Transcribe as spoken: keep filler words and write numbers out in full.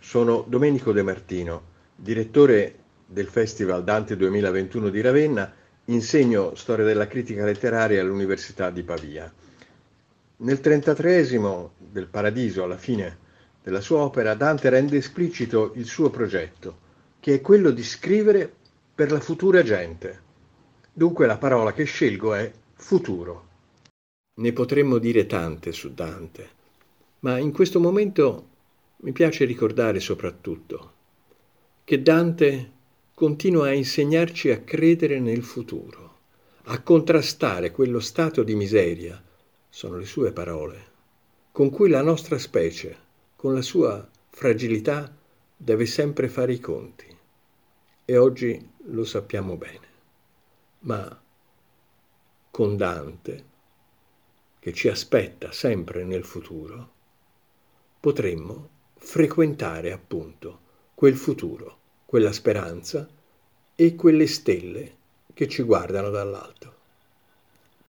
sono Domenico De Martino, direttore del Festival Dante duemilaventuno di Ravenna, insegno storia della critica letteraria all'Università di Pavia. Nel trentatreesimo del Paradiso, alla fine della sua opera, Dante rende esplicito il suo progetto, che è quello di scrivere per la futura gente. Dunque la parola che scelgo è futuro. Ne potremmo dire tante su Dante, ma in questo momento mi piace ricordare soprattutto che Dante continua a insegnarci a credere nel futuro, a contrastare quello stato di miseria, sono le sue parole, con cui la nostra specie, con la sua fragilità, deve sempre fare i conti. E oggi lo sappiamo bene. Ma con Dante, che ci aspetta sempre nel futuro, potremmo frequentare appunto quel futuro, quella speranza e quelle stelle che ci guardano dall'alto.